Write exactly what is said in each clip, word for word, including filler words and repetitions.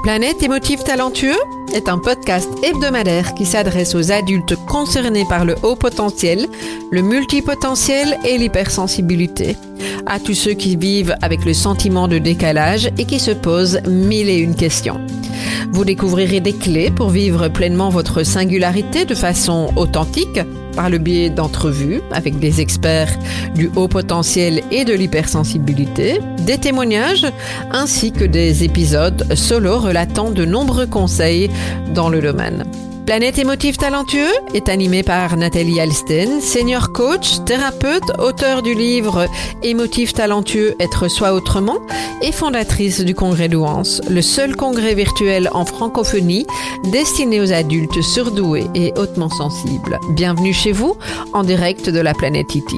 Planète émotif talentueux est un podcast hebdomadaire qui s'adresse aux adultes concernés par le haut potentiel, le multipotentiel et l'hypersensibilité. À tous ceux qui vivent avec le sentiment de décalage et qui se posent mille et une questions. Vous découvrirez des clés pour vivre pleinement votre singularité de façon authentique par le biais d'entrevues avec des experts du haut potentiel et de l'hypersensibilité, des témoignages ainsi que des épisodes solo relatant de nombreux conseils dans le domaine. Planète émotif talentueux est animé par Nathalie Alsten, senior coach, thérapeute, auteure du livre Émotif talentueux, être soi autrement et fondatrice du congrès Douance, le seul congrès virtuel en francophonie destiné aux adultes surdoués et hautement sensibles. Bienvenue chez vous en direct de la planète Iti.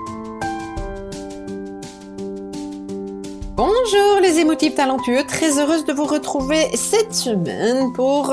Bonjour les émotifs talentueux, très heureuse de vous retrouver cette semaine pour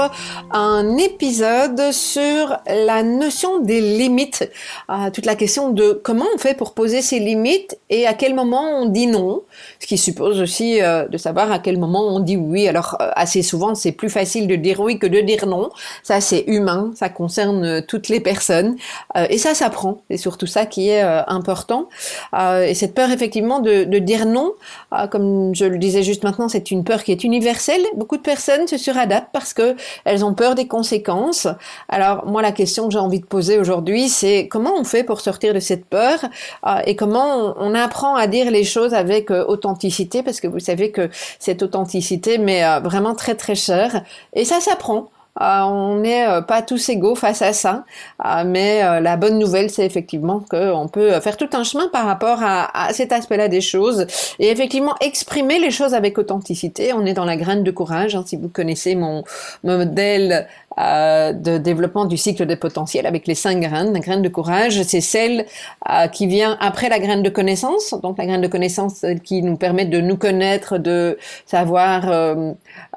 un épisode sur la notion des limites, euh, toute la question de comment on fait pour poser ses limites et à quel moment on dit non, ce qui suppose aussi euh, de savoir à quel moment on dit oui. Alors euh, assez souvent c'est plus facile de dire oui que de dire non, ça c'est humain, ça concerne toutes les personnes euh, et ça s'apprend, c'est surtout ça qui est euh, important euh, et cette peur effectivement de, de dire non, euh, comme je le disais juste maintenant, c'est une peur qui est universelle. Beaucoup de personnes se suradaptent parce que elles ont peur des conséquences. Alors moi, la question que j'ai envie de poser aujourd'hui, c'est comment on fait pour sortir de cette peur euh, et comment on, on apprend à dire les choses avec euh, authenticité, parce que vous savez que cette authenticité m'est euh, vraiment très très chère et ça s'apprend. Euh, on n'est euh, pas tous égaux face à ça, euh, mais euh, la bonne nouvelle, c'est effectivement qu'on peut faire tout un chemin par rapport à, à cet aspect-là des choses et effectivement exprimer les choses avec authenticité. On est dans la graine de courage, hein, si vous connaissez mon, mon modèle euh, de développement du cycle des potentiels avec les cinq graines. La graine de courage, c'est celle euh, qui vient après la graine de connaissance. Donc la graine de connaissance, celle qui nous permet de nous connaître, de savoir euh,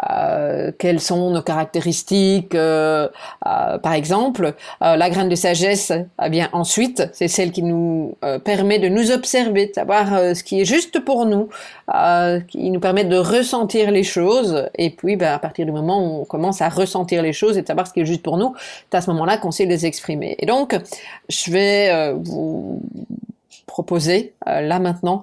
euh, quelles sont nos caractéristiques. Euh, euh, par exemple, euh, la graine de sagesse, eh bien ensuite, c'est celle qui nous euh, permet de nous observer, de savoir euh, ce qui est juste pour nous, euh, qui nous permet de ressentir les choses. Et puis, ben, à partir du moment où on commence à ressentir les choses et de savoir ce qui est juste pour nous, c'est à ce moment-là qu'on sait les exprimer. Et donc, je vais euh, vous proposer euh, là maintenant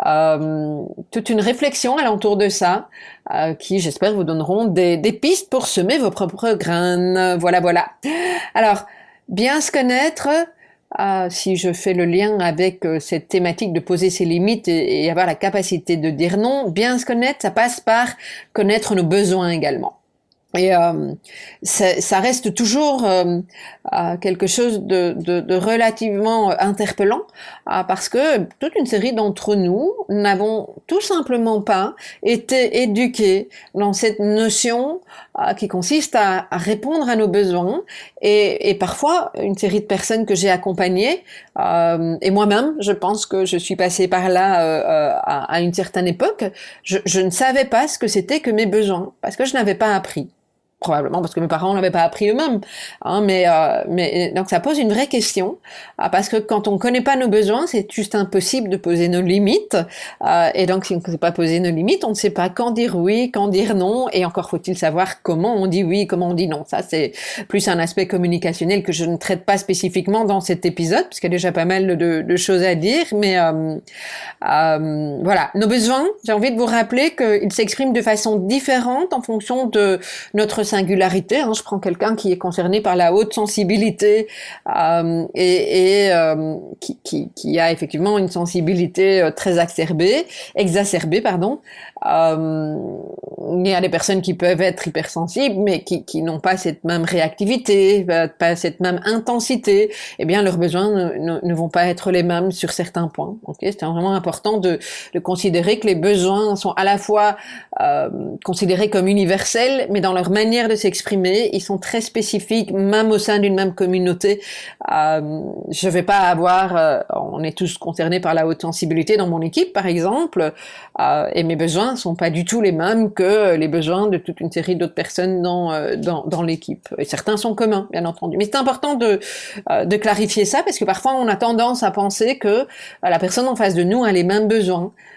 euh, toute une réflexion alentour de ça euh, qui, j'espère, vous donneront des, des pistes pour semer vos propres graines. Voilà, voilà. Alors, bien se connaître, euh, si je fais le lien avec euh, cette thématique de poser ses limites et, et avoir la capacité de dire non, bien se connaître, ça passe par connaître nos besoins également. Et euh, ça, ça reste toujours euh, euh, quelque chose de, de, de relativement interpellant euh, parce que toute une série d'entre nous n'avons tout simplement pas été éduqués dans cette notion euh, qui consiste à, à répondre à nos besoins et, et parfois une série de personnes que j'ai accompagnées euh, et moi-même je pense que je suis passée par là euh, à, à une certaine époque, je, je ne savais pas ce que c'était que mes besoins parce que je n'avais pas appris. Probablement parce que mes parents l'avaient pas appris eux-mêmes, hein, mais euh, mais donc ça pose une vraie question euh, parce que quand on connaît pas nos besoins, c'est juste impossible de poser nos limites euh, et donc si on ne sait pas poser nos limites, on ne sait pas quand dire oui, quand dire non et encore faut-il savoir comment on dit oui, comment on dit non. Ça c'est plus un aspect communicationnel que je ne traite pas spécifiquement dans cet épisode parce qu'il y a déjà pas mal de, de choses à dire, mais euh, euh, voilà, nos besoins. J'ai envie de vous rappeler qu'ils s'expriment de façon différente en fonction de notre singularité, hein, je prends quelqu'un qui est concerné par la haute sensibilité euh, et, et euh, qui, qui, qui a effectivement une sensibilité euh, très exacerbée, exacerbée pardon. Euh, il y a des personnes qui peuvent être hypersensibles, mais qui, qui n'ont pas cette même réactivité, pas cette même intensité. Eh bien, leurs besoins ne, ne, ne vont pas être les mêmes sur certains points. Okay, c'est vraiment important de, de considérer que les besoins sont à la fois euh, considérés comme universels, mais dans leur manière de s'exprimer, ils sont très spécifiques, même au sein d'une même communauté. Euh, je vais pas avoir, euh, on est tous concernés par la haute sensibilité dans mon équipe, par exemple, euh, et mes besoins sont pas du tout les mêmes que les besoins de toute une série d'autres personnes dans euh, dans, dans l'équipe. Et certains sont communs, bien entendu. Mais c'est important de euh, de clarifier ça parce que parfois on a tendance à penser que euh, la personne en face de nous a les mêmes besoins.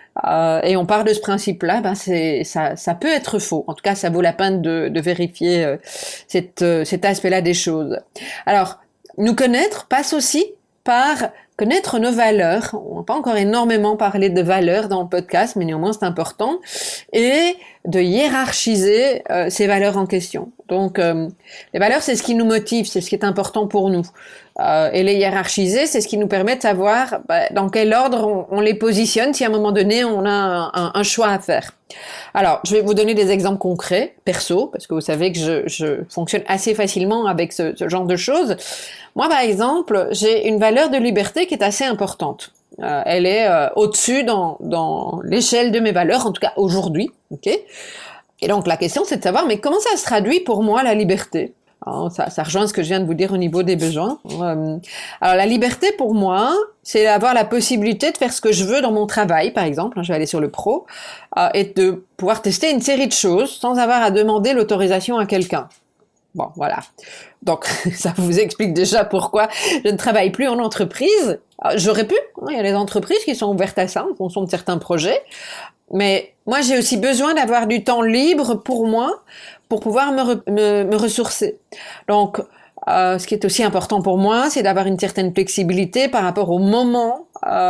euh, et on part de ce principe-là, ben c'est ça, ça peut être faux. En tout cas, ça vaut la peine de, de vérifier euh, cette, euh, cet aspect-là des choses. Alors, nous connaître passe aussi par connaître nos valeurs. On n'a pas encore énormément parlé de valeurs dans le podcast, mais néanmoins c'est important, et de hiérarchiser euh, ces valeurs en question. Donc, euh, les valeurs, c'est ce qui nous motive, c'est ce qui est important pour nous. Euh, et les hiérarchiser, c'est ce qui nous permet de savoir bah, dans quel ordre on, on les positionne si à un moment donné on a un, un, un choix à faire. Alors, je vais vous donner des exemples concrets, perso, parce que vous savez que je, je fonctionne assez facilement avec ce, ce genre de choses. Moi, par exemple, j'ai une valeur de liberté qui est assez importante. Euh, elle est euh, au-dessus dans, dans l'échelle de mes valeurs, en tout cas aujourd'hui. Okay. Et donc, la question, c'est de savoir, mais comment ça se traduit pour moi, la liberté ? Alors, ça, ça rejoint ce que je viens de vous dire au niveau des besoins. Euh, alors, la liberté, pour moi, c'est d'avoir la possibilité de faire ce que je veux dans mon travail, par exemple. Je vais aller sur le pro, euh, et de pouvoir tester une série de choses sans avoir à demander l'autorisation à quelqu'un. Bon, voilà. Donc, ça vous explique déjà pourquoi je ne travaille plus en entreprise. J'aurais pu, il y a des entreprises qui sont ouvertes à ça en fonction de certains projets, mais moi j'ai aussi besoin d'avoir du temps libre pour moi, pour pouvoir me, re- me, me ressourcer. Donc, euh, ce qui est aussi important pour moi, c'est d'avoir une certaine flexibilité par rapport au moment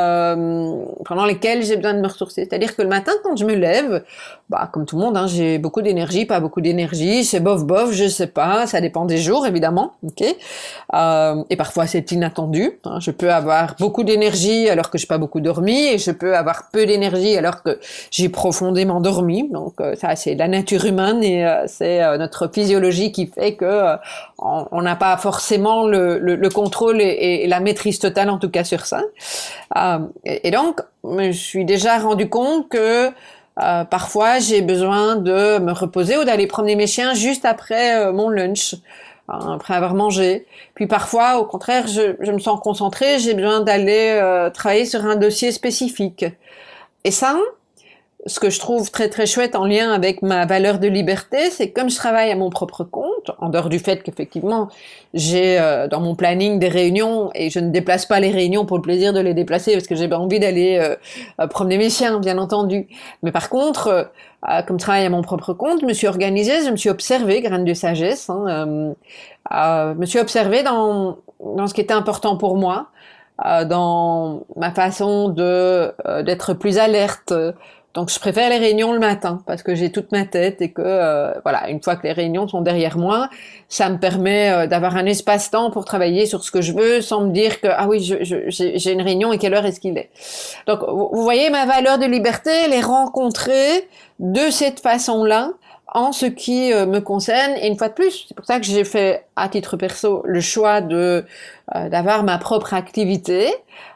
euh, pendant lesquels j'ai besoin de me ressourcer. C'est-à-dire que le matin, quand je me lève, bah, comme tout le monde, hein, j'ai beaucoup d'énergie, pas beaucoup d'énergie, c'est bof bof, je sais pas, ça dépend des jours évidemment, ok. Euh, et parfois c'est inattendu. Hein, je peux avoir beaucoup d'énergie alors que j'ai pas beaucoup dormi, et je peux avoir peu d'énergie alors que j'ai profondément dormi. Donc euh, ça, c'est la nature humaine et euh, c'est euh, notre physiologie qui fait que euh, on n'a pas forcément le, le, le contrôle et, et la maîtrise totale en tout cas sur ça. Euh, et, et donc, je me suis déjà rendu compte que Euh, parfois, j'ai besoin de me reposer ou d'aller promener mes chiens juste après euh, mon lunch, hein, après avoir mangé. Puis parfois, au contraire, je, je me sens concentrée, j'ai besoin d'aller euh, travailler sur un dossier spécifique. Et ça, ce que je trouve très très chouette en lien avec ma valeur de liberté, c'est que comme je travaille à mon propre compte, en dehors du fait qu'effectivement j'ai euh, dans mon planning des réunions et je ne déplace pas les réunions pour le plaisir de les déplacer parce que j'ai envie d'aller euh, euh, promener mes chiens, bien entendu. Mais par contre, euh, comme je travaille à mon propre compte, je me suis organisée, je me suis observée, graine de sagesse, hein, euh, euh, je me suis observée dans, dans ce qui était important pour moi, euh, dans ma façon de euh, d'être plus alerte. Donc, je préfère les réunions le matin parce que j'ai toute ma tête et que, euh, voilà, une fois que les réunions sont derrière moi, ça me permet euh, d'avoir un espace-temps pour travailler sur ce que je veux sans me dire que, ah oui, je, je, j'ai, j'ai une réunion et quelle heure est-ce qu'il est. Donc, vous, vous voyez, ma valeur de liberté, elle est rencontrée de cette façon-là en ce qui euh, me concerne. Et une fois de plus, c'est pour ça que j'ai fait, à titre perso, le choix de euh, d'avoir ma propre activité.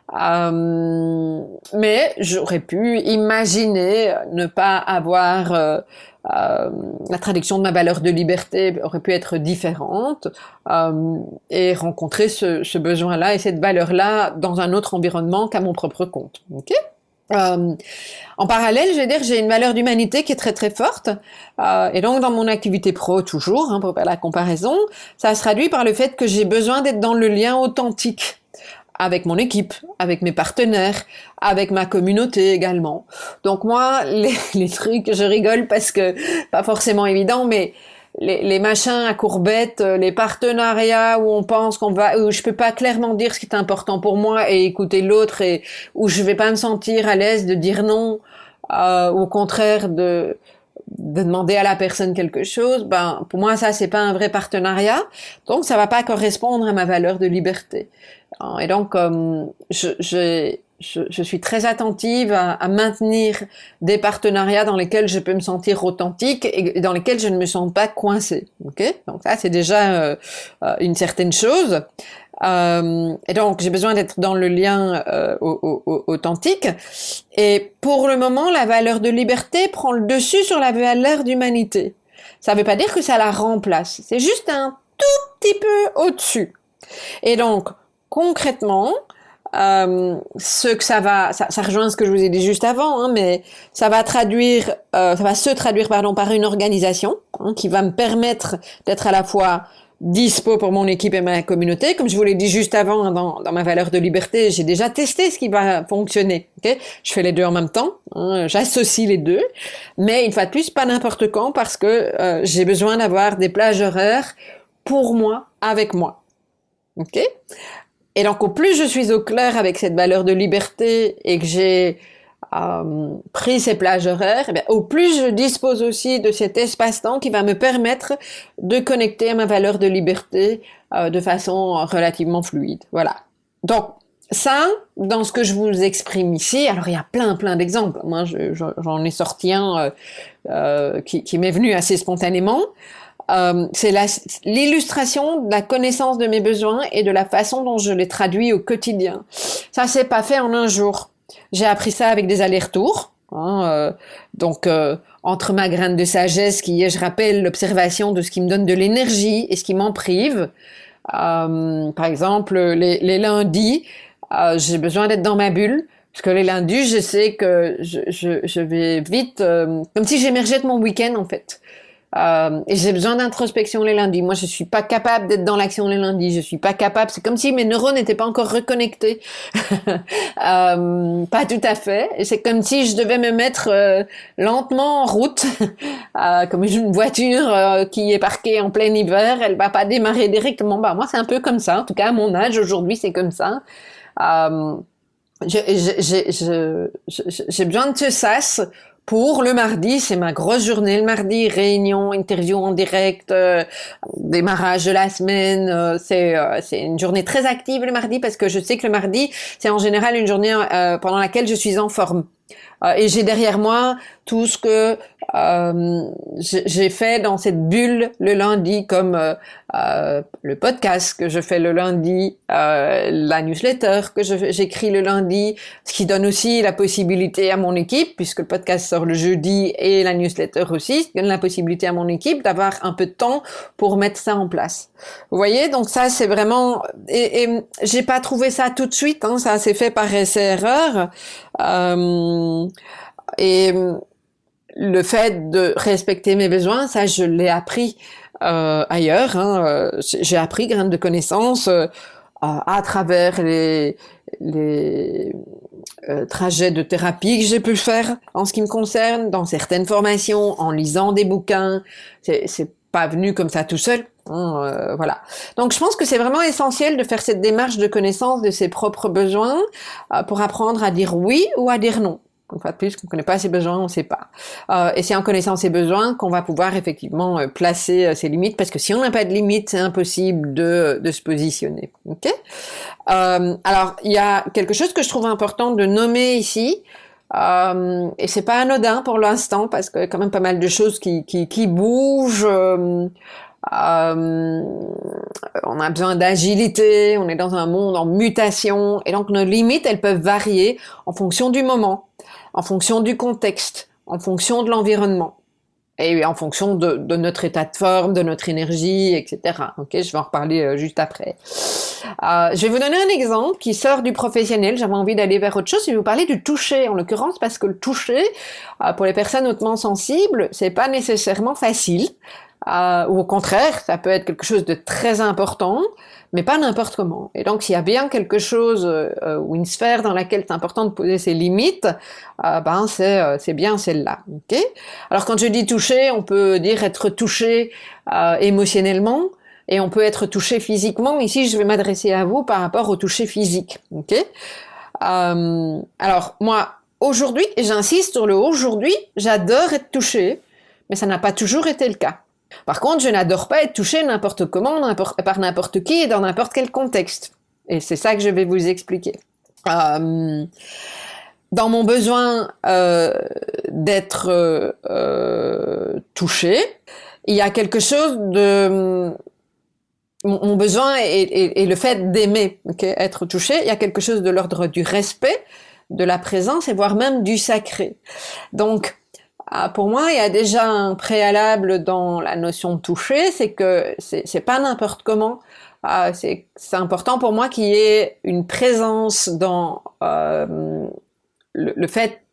Euh, mais j'aurais pu imaginer ne pas avoir euh, euh, la traduction de ma valeur de liberté aurait pu être différente euh, et rencontrer ce, ce besoin-là et cette valeur-là dans un autre environnement qu'à mon propre compte. Ok ? Euh, en parallèle, je vais dire, j'ai une valeur d'humanité qui est très très forte, euh, et donc dans mon activité pro toujours, hein, pour faire la comparaison, ça se traduit par le fait que j'ai besoin d'être dans le lien authentique avec mon équipe, avec mes partenaires, avec ma communauté également. Donc moi, les, les trucs, je rigole parce que pas forcément évident, mais les, les machins à courbettes, les partenariats où on pense qu'on va, où je peux pas clairement dire ce qui est important pour moi et écouter l'autre, et où je vais pas me sentir à l'aise de dire non, euh, ou au contraire de de demander à la personne quelque chose, ben pour moi ça c'est pas un vrai partenariat, donc ça va pas correspondre à ma valeur de liberté. Et donc euh, je, je je je suis très attentive à, à maintenir des partenariats dans lesquels je peux me sentir authentique et dans lesquels je ne me sens pas coincée. Ok, donc ça c'est déjà euh, une certaine chose. Euh, et donc j'ai besoin d'être dans le lien euh, au, au, authentique, et pour le moment la valeur de liberté prend le dessus sur la valeur d'humanité. Ça veut pas dire que ça la remplace, c'est juste un tout petit peu au-dessus. Et donc concrètement euh, ce que ça va, ça, ça rejoint ce que je vous ai dit juste avant, hein, mais ça va traduire, euh, ça va se traduire pardon par une organisation hein, qui va me permettre d'être à la fois dispo pour mon équipe et ma communauté. Comme je vous l'ai dit juste avant, hein, dans, dans ma valeur de liberté, j'ai déjà testé ce qui va fonctionner. Okay, je fais les deux en même temps, hein, j'associe les deux, mais une fois de plus, pas n'importe quand, parce que euh, j'ai besoin d'avoir des plages horaires pour moi, avec moi. Ok. Et donc, au plus je suis au clair avec cette valeur de liberté et que j'ai euh, pris ces plages horaires, eh bien, au plus je dispose aussi de cet espace-temps qui va me permettre de connecter à ma valeur de liberté euh, de façon relativement fluide. Voilà. Donc, ça, dans ce que je vous exprime ici, alors il y a plein, plein d'exemples. Moi, je, je, j'en ai sorti un euh, euh, qui, qui m'est venu assez spontanément. Euh, c'est la, l'illustration de la connaissance de mes besoins et de la façon dont je les traduis au quotidien. Ça, c'est pas fait en un jour. J'ai appris ça avec des allers-retours. Hein, euh, donc, euh, entre ma graine de sagesse, qui est, je rappelle, l'observation de ce qui me donne de l'énergie et ce qui m'en prive. Euh, par exemple, les, les lundis, euh, j'ai besoin d'être dans ma bulle. Parce que les lundis, je sais que je, je, je vais vite, euh, comme si j'émergeais de mon week-end, en fait. Euh, et j'ai besoin d'introspection les lundis. Moi, je suis pas capable d'être dans l'action les lundis. Je suis pas capable. C'est comme si mes neurones n'étaient pas encore reconnectés. euh, pas tout à fait. Et c'est comme si je devais me mettre euh, lentement en route, euh, comme une voiture euh, qui est parquée en plein hiver. Elle va pas démarrer directement. Bah moi, c'est un peu comme ça. En tout cas, à mon âge aujourd'hui, c'est comme ça. Euh, j'ai, j'ai, j'ai, j'ai, j'ai besoin de ce sas. Pour le mardi, c'est ma grosse journée. Le mardi, réunion, interview en direct, euh, démarrage de la semaine. Euh, c'est euh, c'est une journée très active le mardi parce que je sais que le mardi, c'est en général une journée euh, pendant laquelle je suis en forme. Euh, et j'ai derrière moi tout ce que euh, j'ai fait dans cette bulle le lundi, comme euh, euh, le podcast que je fais le lundi, euh, la newsletter que je, j'écris le lundi, ce qui donne aussi la possibilité à mon équipe, puisque le podcast sort le jeudi et la newsletter aussi, ce qui donne la possibilité à mon équipe d'avoir un peu de temps pour mettre ça en place. Vous voyez, donc ça c'est vraiment, et, et j'ai pas trouvé ça tout de suite, hein, ça s'est fait par essai-erreur. Euh, et le fait de respecter mes besoins, ça je l'ai appris euh, ailleurs. Hein, euh, j'ai appris graines de connaissances euh, à travers les, les euh, trajets de thérapie que j'ai pu faire en ce qui me concerne, dans certaines formations, en lisant des bouquins. C'est, c'est pas venu comme ça tout seul. Hein, euh, voilà. Donc je pense que c'est vraiment essentiel de faire cette démarche de connaissance de ses propres besoins euh, pour apprendre à dire oui ou à dire non. Une fois de plus, qu'on ne connaît pas ses besoins, on ne sait pas. Euh, et c'est en connaissant ses besoins qu'on va pouvoir effectivement euh, placer euh, ses limites, parce que si on n'a pas de limites, c'est impossible de, de se positionner. Ok. Euh, alors, il y a quelque chose que je trouve important de nommer ici, euh, et c'est pas anodin pour l'instant, parce qu'il y a quand même pas mal de choses qui, qui, qui bougent. Euh, Euh, on a besoin d'agilité, on est dans un monde en mutation, et donc nos limites, elles peuvent varier en fonction du moment, en fonction du contexte, en fonction de l'environnement, et en fonction de, de notre état de forme, de notre énergie, et cetera. Ok, je vais en reparler euh, juste après. Euh, je vais vous donner un exemple qui sort du professionnel. J'avais envie d'aller vers autre chose. Je vais vous parler du toucher, en l'occurrence, parce que le toucher, euh, pour les personnes hautement sensibles, c'est pas nécessairement facile. Euh, ou au contraire, ça peut être quelque chose de très important, mais pas n'importe comment. Et donc, s'il y a bien quelque chose euh, ou une sphère dans laquelle c'est important de poser ses limites, euh, ben c'est euh, c'est bien celle-là. Ok. Alors, quand je dis toucher, on peut dire être touché euh, émotionnellement, et on peut être touché physiquement. Ici, je vais m'adresser à vous par rapport au toucher physique. Ok. Euh, alors, moi, aujourd'hui, et j'insiste sur le aujourd'hui, j'adore être touché, mais ça n'a pas toujours été le cas. Par contre, je n'adore pas être touchée n'importe comment, n'importe, par n'importe qui et dans n'importe quel contexte. Et c'est ça que je vais vous expliquer. Euh, dans mon besoin euh, d'être euh, euh, touchée, il y a quelque chose de... Mon, mon besoin et, et, et le fait d'aimer, okay, être touchée, il y a quelque chose de l'ordre du respect, de la présence et voire même du sacré. Donc, pour moi, il y a déjà un préalable dans la notion de toucher, c'est que c'est, c'est pas n'importe comment. Euh, c'est, c'est important pour moi qu'il y ait une présence dans euh, le, le fait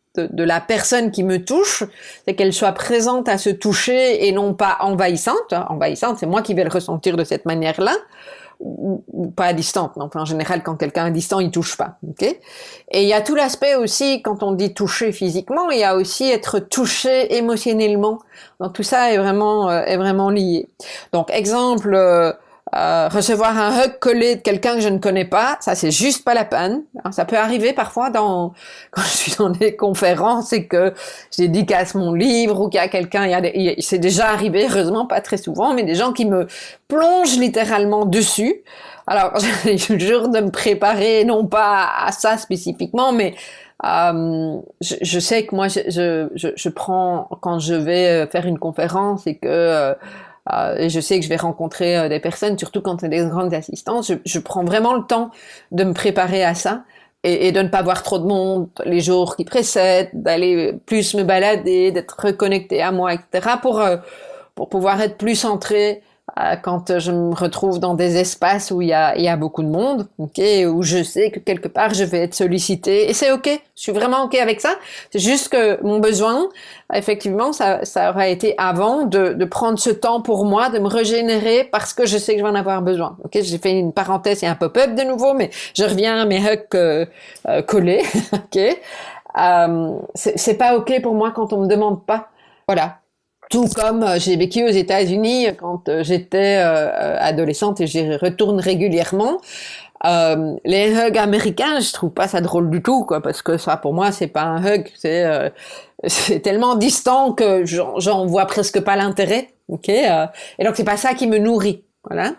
de, de la personne qui me touche, c'est qu'elle soit présente à se toucher et non pas envahissante. Envahissante, c'est moi qui vais le ressentir de cette manière-là, ou, ou pas distante. Non, enfin, en général, quand quelqu'un est distant, il touche pas. Ok. Et il y a tout l'aspect aussi, quand on dit toucher physiquement, il y a aussi être touché émotionnellement. Donc tout ça est vraiment euh, est vraiment lié. Donc exemple. Euh, Euh, recevoir un hug collé de quelqu'un que je ne connais pas, ça c'est juste pas la peine. Ça peut arriver parfois dans quand je suis dans des conférences et que je dédicace mon livre ou qu'il y a quelqu'un, il y a des, c'est déjà arrivé, heureusement pas très souvent, mais des gens qui me plongent littéralement dessus. Alors j'ai toujours de me préparer, non pas à ça spécifiquement, mais euh, je, je sais que moi je, je, je, je prends quand je vais faire une conférence et que euh, Euh, et je sais que je vais rencontrer euh, des personnes, surtout quand c'est des grandes assistances, je, je prends vraiment le temps de me préparer à ça et, et de ne pas voir trop de monde les jours qui précèdent, d'aller plus me balader, d'être reconnecté à moi, et cetera pour euh, pour pouvoir être plus centré euh, quand je me retrouve dans des espaces où il y a il y a beaucoup de monde, ok, où je sais que quelque part je vais être sollicité et c'est ok, je suis vraiment ok avec ça. C'est juste que mon besoin, effectivement, ça ça aurait été avant de de prendre ce temps pour moi, de me régénérer parce que je sais que je vais en avoir besoin. Ok, j'ai fait une parenthèse et un pop-up de nouveau, mais je reviens à mes hugs euh, euh, collés. Ok, euh, c'est c'est pas ok pour moi quand on me demande pas. Voilà. Tout comme euh, j'ai vécu aux États-Unis quand euh, j'étais euh, adolescente et j'y retourne régulièrement. Euh, les hugs américains, je trouve pas ça drôle du tout, quoi, parce que ça, pour moi, c'est pas un hug, c'est euh, c'est tellement distant que j'en, j'en vois presque pas l'intérêt. Ok, euh, et donc c'est pas ça qui me nourrit. Voilà.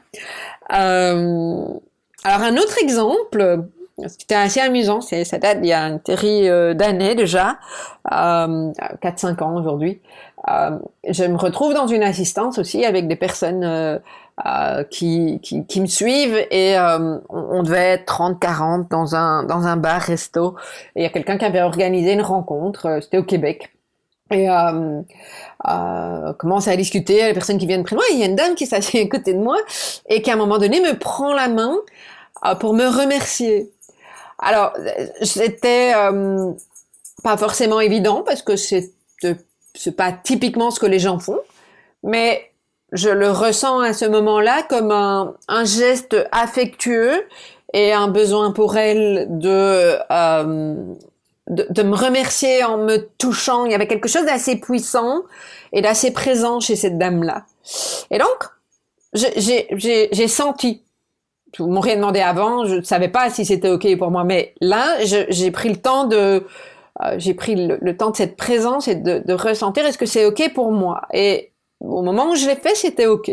Euh, alors un autre exemple. C'était assez amusant, c'est, ça date il y a une série euh, d'années déjà, euh, quatre cinq ans aujourd'hui. Euh, je me retrouve dans une assistance aussi avec des personnes euh, euh, qui, qui, qui me suivent et euh, on, on devait être trente quarante dans un, dans un bar-resto. Et il y a quelqu'un qui avait organisé une rencontre, euh, c'était au Québec. Et euh, euh, commence à discuter, les personnes qui viennent près de moi, il y a une dame qui s'assied à côté de moi et qui à un moment donné me prend la main euh, pour me remercier. Alors, c'était euh, pas forcément évident parce que c'est c'est pas typiquement ce que les gens font, mais je le ressens à ce moment-là comme un, un geste affectueux et un besoin pour elle de, euh, de de me remercier en me touchant. Il y avait quelque chose d'assez puissant et d'assez présent chez cette dame-là. Et donc, j'ai j'ai j'ai senti. Vous m'auriez demandé avant, je ne savais pas si c'était ok pour moi, mais là, je, j'ai pris le temps de, euh, j'ai pris le, le temps de cette présence et de, de ressentir est-ce que c'est ok pour moi. Et au moment où je l'ai fait, c'était ok.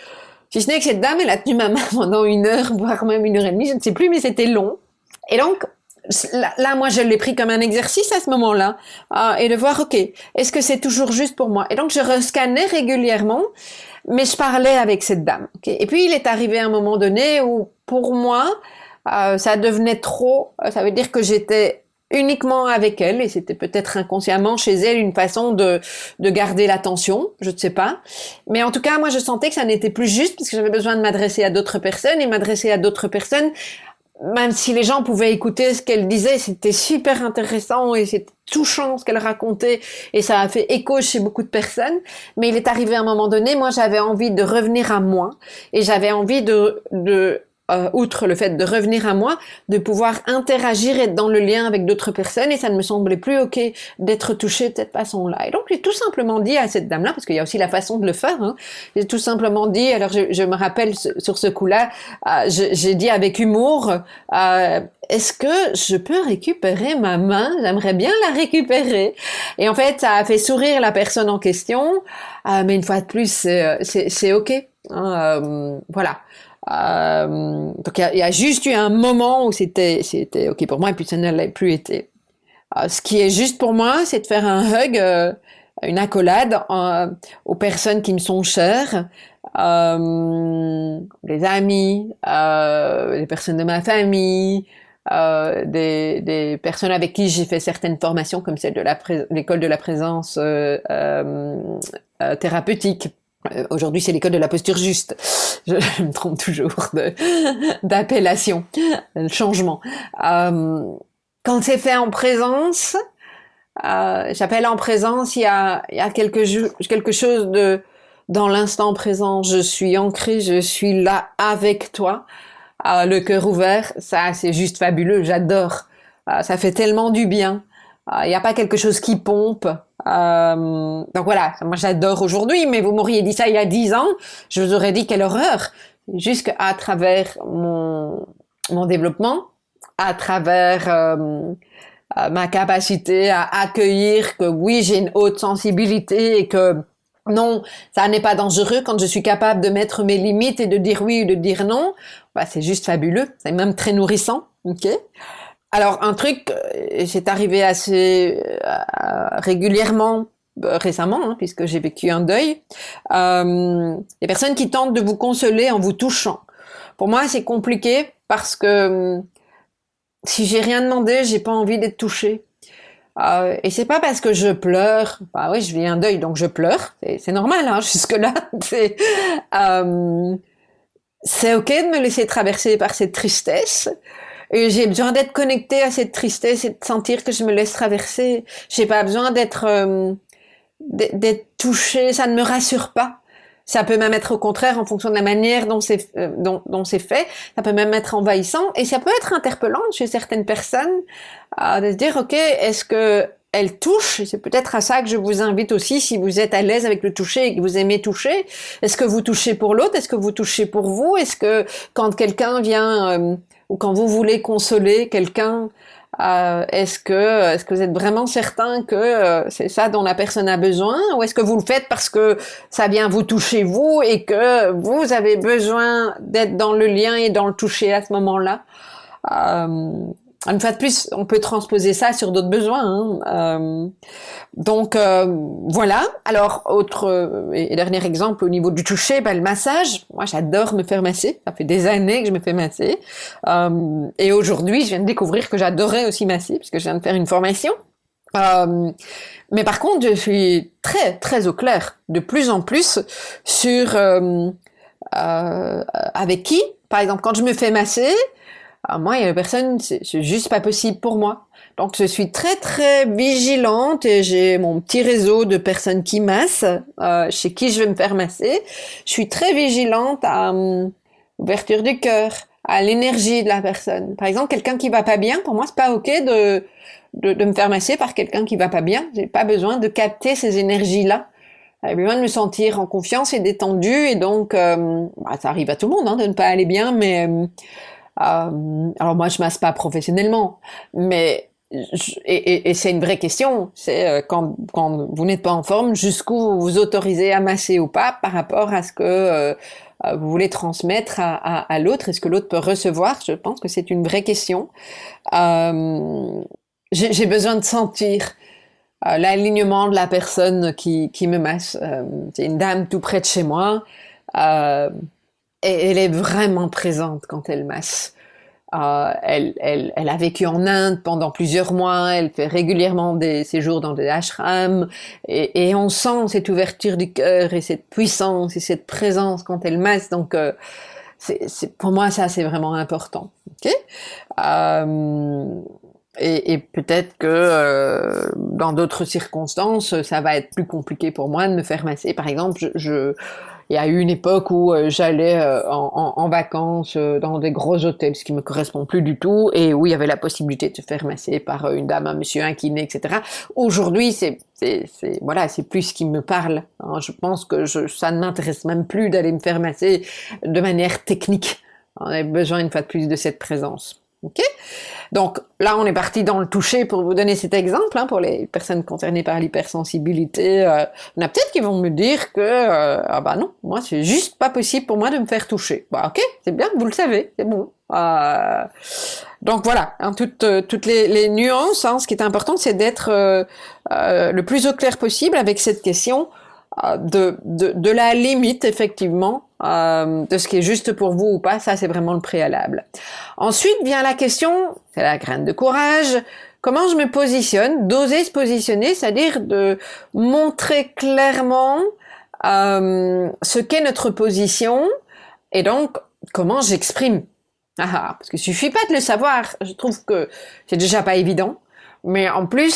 Si ce n'est que cette dame, elle a tenu ma main pendant une heure, voire même une heure et demie, je ne sais plus, mais c'était long. Et donc, là, là moi, je l'ai pris comme un exercice à ce moment-là, euh, et de voir ok, est-ce que c'est toujours juste pour moi. Et donc, je rescannais régulièrement. Mais je parlais avec cette dame. Okay. Et puis, il est arrivé un moment donné où, pour moi, euh, ça devenait trop. Ça veut dire que j'étais uniquement avec elle, et c'était peut-être inconsciemment chez elle une façon de de garder l'attention, je ne sais pas. Mais en tout cas, moi, je sentais que ça n'était plus juste parce que j'avais besoin de m'adresser à d'autres personnes, et m'adresser à d'autres personnes, même si les gens pouvaient écouter ce qu'elle disait, c'était super intéressant et c'était touchant ce qu'elle racontait et ça a fait écho chez beaucoup de personnes. Mais il est arrivé à un moment donné, moi j'avais envie de revenir à moi et j'avais envie de, de euh, outre le fait de revenir à moi, de pouvoir interagir et être dans le lien avec d'autres personnes et ça ne me semblait plus ok d'être touchée de cette façon-là. Et donc j'ai tout simplement dit à cette dame-là, parce qu'il y a aussi la façon de le faire, hein, j'ai tout simplement dit, alors je, je me rappelle sur ce coup-là, euh, je, j'ai dit avec humour, euh, est-ce que je peux récupérer ma main? J'aimerais bien la récupérer. Et en fait, ça a fait sourire la personne en question, euh, mais une fois de plus, c'est, c'est, c'est ok. Hein, euh, voilà. Euh, donc il y a, y a juste eu un moment où c'était c'était ok pour moi et puis ça ne l'a plus été. Euh, ce qui est juste pour moi, c'est de faire un hug, euh, une accolade euh, aux personnes qui me sont chères, euh, les amis, euh, les personnes de ma famille, euh, des, des personnes avec qui j'ai fait certaines formations comme celle de la pré- l'école de la présence euh, euh, euh, thérapeutique. Euh, aujourd'hui, c'est l'école de la posture juste. Je, je me trompe toujours de, d'appellation, de changement. Euh, quand c'est fait en présence, Euh, j'appelle en présence, il y a, il y a quelque, quelque chose de dans l'instant présent. Je suis ancrée, je suis là avec toi, euh, le cœur ouvert. Ça, c'est juste fabuleux. J'adore. Euh, ça fait tellement du bien. Il euh, n'y a pas quelque chose qui pompe. Euh, donc voilà, moi j'adore aujourd'hui, mais vous m'auriez dit ça il y a dix ans, je vous aurais dit quelle horreur. Jusqu'à travers mon, mon développement, à travers euh, euh, ma capacité à accueillir que oui, j'ai une haute sensibilité et que non, ça n'est pas dangereux quand je suis capable de mettre mes limites et de dire oui ou de dire non, bah, c'est juste fabuleux, c'est même très nourrissant, ok? Alors un truc, euh, c'est arrivé assez euh, régulièrement euh, récemment, hein, puisque j'ai vécu un deuil, euh, les personnes qui tentent de vous consoler en vous touchant. Pour moi, c'est compliqué parce que euh, si j'ai rien demandé, j'ai pas envie d'être touchée. Euh, et c'est pas parce que je pleure, bah oui, je vis un deuil, donc je pleure, c'est, c'est normal, hein, jusque-là. C'est, euh, c'est ok de me laisser traverser par cette tristesse. Et j'ai besoin d'être connectée à cette tristesse et de sentir que je me laisse traverser. J'ai pas besoin d'être euh, d'être touchée, ça ne me rassure pas. Ça peut même être au contraire en fonction de la manière dont c'est euh, dont, dont c'est fait. Ça peut même être envahissant et ça peut être interpellant chez certaines personnes euh, de se dire ok, est-ce que elle touche? Et c'est peut-être à ça que je vous invite aussi si vous êtes à l'aise avec le toucher et que vous aimez toucher. Est-ce que vous touchez pour l'autre? Est-ce que vous touchez pour vous? Est-ce que quand quelqu'un vient euh, ou quand vous voulez consoler quelqu'un, euh, est-ce que est-ce que vous êtes vraiment certain que euh, c'est ça dont la personne a besoin, ou est-ce que vous le faites parce que ça vient vous toucher vous et que vous avez besoin d'être dans le lien et dans le toucher à ce moment-là? euh, Une fois de plus, on peut transposer ça sur d'autres besoins. Hein. Euh, donc euh, voilà. Alors autre euh, et dernier exemple au niveau du toucher, ben, le massage. Moi, j'adore me faire masser. Ça fait des années que je me fais masser. Euh, et aujourd'hui, je viens de découvrir que j'adorais aussi masser parce que je viens de faire une formation. Euh, mais par contre, je suis très très au clair de plus en plus sur euh, euh, avec qui. Par exemple, quand je me fais masser. Alors moi, il y a personne, c'est, c'est juste pas possible pour moi. Donc, je suis très, très vigilante et j'ai mon petit réseau de personnes qui massent, euh, chez qui je vais me faire masser. Je suis très vigilante à um, l'ouverture du cœur, à l'énergie de la personne. Par exemple, quelqu'un qui va pas bien, pour moi, c'est pas ok de, de, de me faire masser par quelqu'un qui va pas bien. J'ai pas besoin de capter ces énergies-là. J'ai besoin de me sentir en confiance et détendue et donc, euh, bah, ça arrive à tout le monde, hein, de ne pas aller bien, mais... Euh, Euh, alors moi je masse pas professionnellement, mais je, et, et, et c'est une vraie question. C'est euh, quand quand vous n'êtes pas en forme, jusqu'où vous vous autorisez à masser ou pas par rapport à ce que euh, vous voulez transmettre à, à, à l'autre. Est-ce que l'autre peut recevoir? Je pense que c'est une vraie question. Euh, j'ai, j'ai besoin de sentir euh, l'alignement de la personne qui qui me masse. Euh, c'est une dame tout près de chez moi. Euh, Et elle est vraiment présente quand elle masse. Euh, elle, elle, elle a vécu en Inde pendant plusieurs mois. Elle fait régulièrement des séjours dans des ashrams. Et, et on sent cette ouverture du cœur et cette puissance et cette présence quand elle masse. Donc, euh, c'est, c'est, pour moi, ça, c'est vraiment important. Okay. Euh, et, et peut-être que euh, dans d'autres circonstances, ça va être plus compliqué pour moi de me faire masser. Par exemple, je... je il y a eu une époque où euh, j'allais euh, en, en, en vacances euh, dans des gros hôtels, ce qui me correspond plus du tout, et où il y avait la possibilité de se faire masser par euh, une dame, un monsieur, un kiné, et cetera. Aujourd'hui, c'est, c'est, c'est voilà, c'est plus ce qui me parle. Hein. Je pense que je, ça ne m'intéresse même plus d'aller me faire masser de manière technique. On a besoin une fois de plus de cette présence. Ok. Donc là, on est parti dans le toucher pour vous donner cet exemple, hein, pour les personnes concernées par l'hypersensibilité. Euh, il y en a peut-être qui vont me dire que euh, ah bah non, moi c'est juste pas possible pour moi de me faire toucher. Bah ok, c'est bien, vous le savez, c'est bon. Euh, donc voilà, hein, toutes toutes les, les nuances. Hein, ce qui est important, c'est d'être euh, euh, le plus au clair possible avec cette question euh, de de de la limite effectivement. Euh, de ce qui est juste pour vous ou pas, ça c'est vraiment le préalable. Ensuite vient la question, c'est la graine de courage, comment je me positionne, d'oser se positionner, c'est-à-dire de montrer clairement euh, ce qu'est notre position et donc comment j'exprime. Ah, parce qu'il suffit pas de le savoir, je trouve que c'est déjà pas évident, mais en plus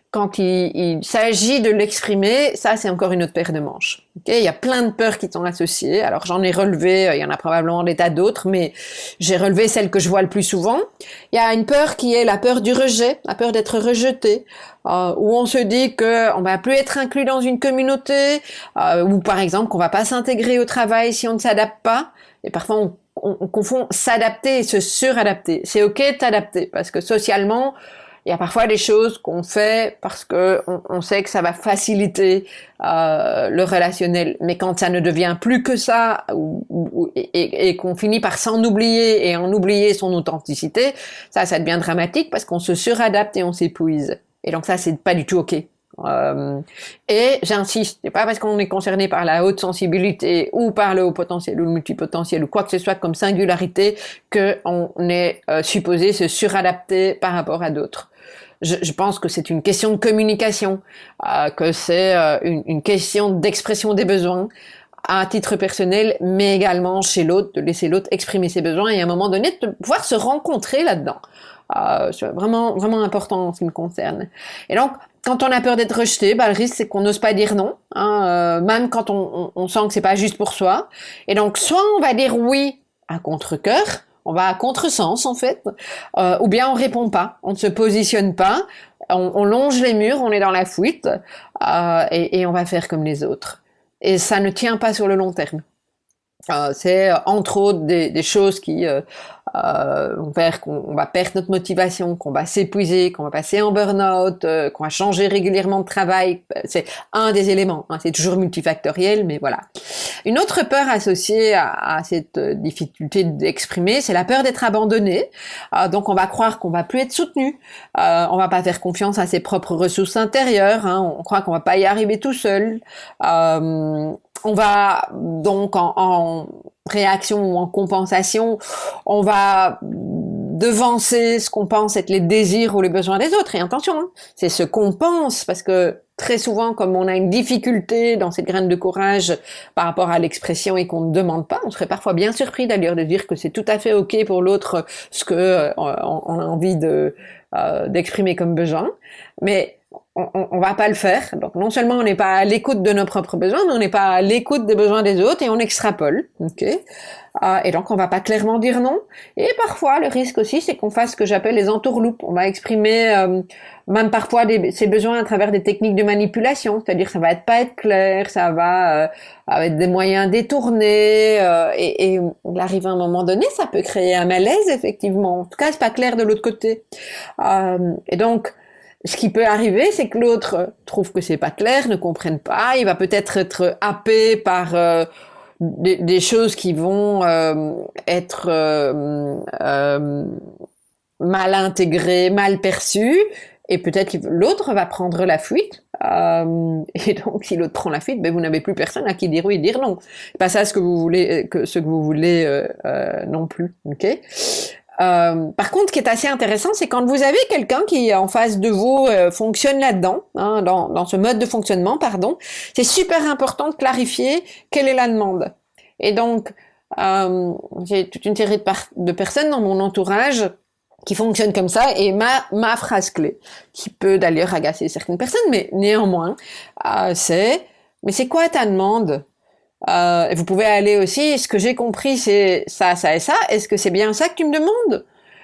quand il, il s'agit de l'exprimer, ça c'est encore une autre paire de manches. Okay, il y a plein de peurs qui sont associées. Alors j'en ai relevé, il y en a probablement des tas d'autres, mais j'ai relevé celle que je vois le plus souvent. Il y a une peur qui est la peur du rejet, la peur d'être rejeté, euh, où on se dit que on va plus être inclus dans une communauté, euh, ou par exemple qu'on va pas s'intégrer au travail si on ne s'adapte pas. Et parfois on, on, on confond s'adapter et se suradapter. C'est ok de t'adapter parce que socialement il y a parfois des choses qu'on fait parce que on, on sait que ça va faciliter euh, le relationnel, mais quand ça ne devient plus que ça, ou, ou, et, et qu'on finit par s'en oublier et en oublier son authenticité, ça, ça devient dramatique parce qu'on se suradapte et on s'épuise. Et donc ça, c'est pas du tout ok. Euh, et j'insiste, c'est pas parce qu'on est concerné par la haute sensibilité ou par le haut potentiel ou le multipotentiel ou quoi que ce soit comme singularité que on est euh, supposé se suradapter par rapport à d'autres. Je, je pense que c'est une question de communication, euh, que c'est euh, une, une question d'expression des besoins à titre personnel, mais également chez l'autre, de laisser l'autre exprimer ses besoins et à un moment donné de pouvoir se rencontrer là-dedans. Euh, c'est vraiment vraiment important en ce qui me concerne. Et donc, quand on a peur d'être rejeté, bah, le risque c'est qu'on n'ose pas dire non, hein, euh, même quand on, on, on sent que c'est pas juste pour soi. Et donc, soit on va dire oui à contre-cœur, on va à contresens en fait, euh, ou bien on répond pas, on ne se positionne pas, on, on longe les murs, on est dans la fuite, euh, et, et on va faire comme les autres. Et ça ne tient pas sur le long terme. Euh, c'est entre autres des, des choses qui euh, euh, vont faire qu'on va perdre notre motivation, qu'on va s'épuiser, qu'on va passer en burn-out, euh, qu'on va changer régulièrement de travail. C'est un des éléments, hein, c'est toujours multifactoriel, mais voilà. Une autre peur associée à, à cette difficulté d'exprimer, c'est la peur d'être abandonné. Euh, donc on va croire qu'on va plus être soutenu, euh, on va pas faire confiance à ses propres ressources intérieures, hein, on croit qu'on va pas y arriver tout seul. Euh, On va donc en, en réaction ou en compensation, on va devancer ce qu'on pense être les désirs ou les besoins des autres. Et attention, hein, c'est ce qu'on pense, parce que très souvent, comme on a une difficulté dans cette graine de courage par rapport à l'expression et qu'on ne demande pas, on serait parfois bien surpris d'ailleurs de dire que c'est tout à fait ok pour l'autre ce que euh, on a envie de euh, d'exprimer comme besoin, mais on, on, on va pas le faire. Donc non seulement on n'est pas à l'écoute de nos propres besoins, mais on n'est pas à l'écoute des besoins des autres et on extrapole. Ok. Euh, et donc on va pas clairement dire non. Et parfois le risque aussi, c'est qu'on fasse ce que j'appelle les entourloupes. On va exprimer euh, même parfois des, ses besoins à travers des techniques de manipulation, c'est-à-dire ça va être pas être clair, ça va euh, avec des moyens détournés. Euh, et, et il arrive à un moment donné, ça peut créer un malaise effectivement. En tout cas, c'est pas clair de l'autre côté. Euh, et donc ce qui peut arriver, c'est que l'autre trouve que c'est pas clair, ne comprenne pas, il va peut-être être happé par euh, des, des choses qui vont euh, être euh, euh, mal intégrées, mal perçues, et peut-être que l'autre va prendre la fuite. Euh, et donc, si l'autre prend la fuite, ben vous n'avez plus personne à qui dire oui et dire non. C'est pas ça ce que vous voulez, que ce que vous voulez euh, euh, non plus. Ok. Euh, par contre, ce qui est assez intéressant, c'est quand vous avez quelqu'un qui en face de vous euh, fonctionne là-dedans, hein, dans, dans ce mode de fonctionnement, pardon, c'est super important de clarifier quelle est la demande. Et donc, euh, j'ai toute une série de, par- de personnes dans mon entourage qui fonctionnent comme ça, et ma ma phrase clé, qui peut d'ailleurs agacer certaines personnes, mais néanmoins, euh, c'est « mais c'est quoi ta demande ?» Euh, vous pouvez aller aussi, ce que j'ai compris, c'est ça, ça et ça. Est-ce que c'est bien ça que tu me demandes?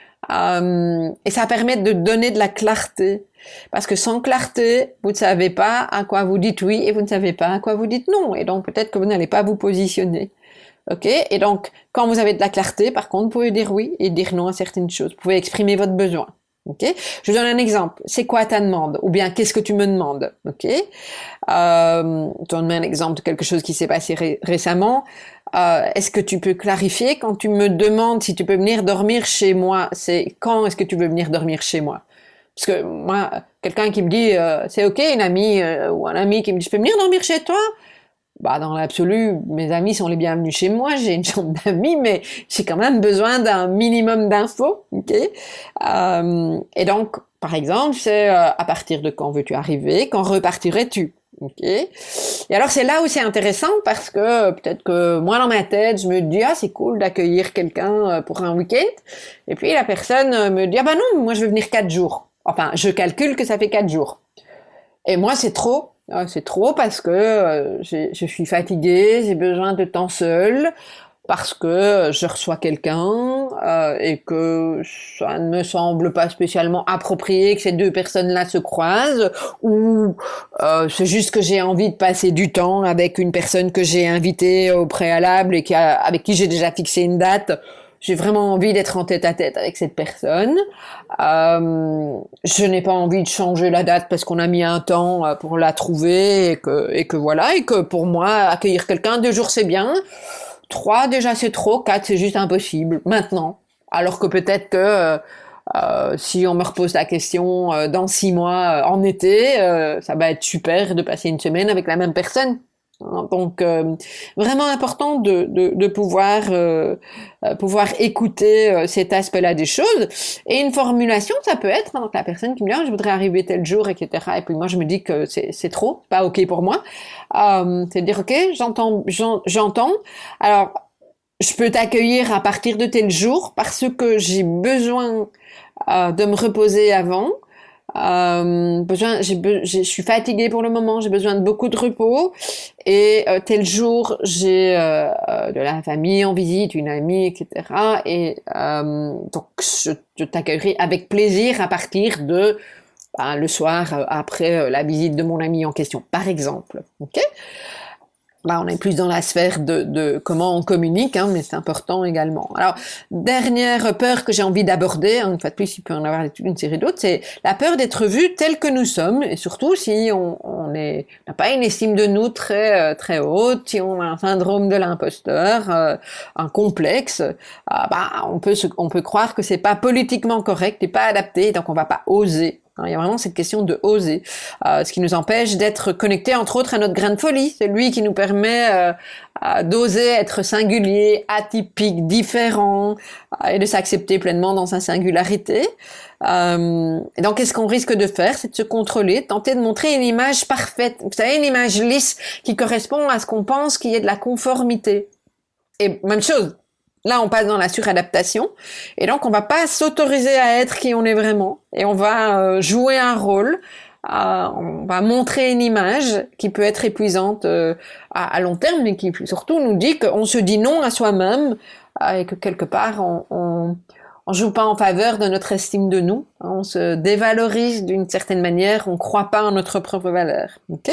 Euh, et ça permet de donner de la clarté. Parce que sans clarté, vous ne savez pas à quoi vous dites oui et vous ne savez pas à quoi vous dites non. Et donc peut-être que vous n'allez pas vous positionner. Ok? Et donc, quand vous avez de la clarté, par contre, vous pouvez dire oui et dire non à certaines choses. Vous pouvez exprimer votre besoin. Ok? Je vous donne un exemple. C'est quoi ta demande? Ou bien, qu'est-ce que tu me demandes? Ok? Euh, je donne un exemple de quelque chose qui s'est passé ré- récemment. Euh, est-ce que tu peux clarifier quand tu me demandes si tu peux venir dormir chez moi? C'est quand est-ce que tu veux venir dormir chez moi? Parce que moi, quelqu'un qui me dit, euh, c'est ok, une amie euh, ou un ami qui me dit, je peux venir dormir chez toi? Bah, dans l'absolu, mes amis sont les bienvenus chez moi, j'ai une chambre d'amis, mais j'ai quand même besoin d'un minimum d'infos, ok? Euh, et donc, par exemple, c'est euh, à partir de quand veux-tu arriver, quand repartirais-tu, ok? Et alors, c'est là où c'est intéressant parce que peut-être que moi, dans ma tête, je me dis, ah, c'est cool d'accueillir quelqu'un pour un week-end, et puis la personne me dit, ah bah non, moi je veux venir quatre jours. Enfin, je calcule que ça fait quatre jours. Et moi, c'est trop. Euh, C'est trop parce que euh, j'ai- je suis fatiguée, j'ai besoin de temps seul, parce que je reçois quelqu'un euh, et que ça ne me semble pas spécialement approprié que ces deux personnes-là se croisent, ou euh, c'est juste que j'ai envie de passer du temps avec une personne que j'ai invitée au préalable et qui a, avec qui j'ai déjà fixé une date. J'ai vraiment envie d'être en tête à tête avec cette personne. Euh, je n'ai pas envie de changer la date parce qu'on a mis un temps euh, pour la trouver et que, et que voilà, et que pour moi, accueillir quelqu'un, deux jours c'est bien. Trois, déjà c'est trop. Quatre, c'est juste impossible. Maintenant. Alors que peut-être que euh, euh, si on me repose la question euh, dans six mois, euh, en été, euh, ça va être super de passer une semaine avec la même personne. Donc euh, vraiment important de, de, de pouvoir euh, euh, pouvoir écouter euh, cet aspect-là des choses. Et une formulation, ça peut être hein, donc la personne qui me dit ah, je voudrais arriver tel jour, et cetera. Et puis moi je me dis que c'est c'est trop, pas ok pour moi. Euh, c'est de dire ok, j'entends j'en- j'entends. Alors je peux t'accueillir à partir de tel jour parce que j'ai besoin euh, de me reposer avant. Euh, besoin, j'ai, be- j'ai- je suis fatiguée pour le moment, j'ai besoin de beaucoup de repos. Et euh, tel jour, j'ai euh, euh, de la famille en visite, une amie, et cetera. Et euh, donc, je, je t'accueillerai avec plaisir à partir de ben, le soir euh, après euh, la visite de mon ami en question, par exemple. Ok? Là, on est plus dans la sphère de, de comment on communique, hein, mais c'est important également. Alors, dernière peur que j'ai envie d'aborder, hein, une fois de plus, il peut en avoir une série d'autres, c'est la peur d'être vu tel que nous sommes, et surtout si on on est n'a pas une estime de nous très euh, très haute, si on a un syndrome de l'imposteur, euh, un complexe, euh, bah, on peut se, on peut croire que c'est pas politiquement correct et pas adapté, donc on va pas oser. Il y a vraiment cette question de oser, euh, ce qui nous empêche d'être connectés entre autres à notre grain de folie, c'est lui qui nous permet euh, euh, d'oser être singulier, atypique, différent, euh, et de s'accepter pleinement dans sa singularité. Euh, et donc qu'est-ce qu'on risque de faire? C'est de se contrôler, tenter de montrer une image parfaite, vous savez, une image lisse qui correspond à ce qu'on pense qu'il y ait de la conformité. Et même chose, là, on passe dans la suradaptation, et donc on va pas s'autoriser à être qui on est vraiment, et on va euh, jouer un rôle, euh, on va montrer une image qui peut être épuisante euh, à, à long terme, mais qui surtout nous dit qu'on se dit non à soi-même, euh, et que quelque part on, on on joue pas en faveur de notre estime de nous, on se dévalorise d'une certaine manière, on croit pas en notre propre valeur. Ok?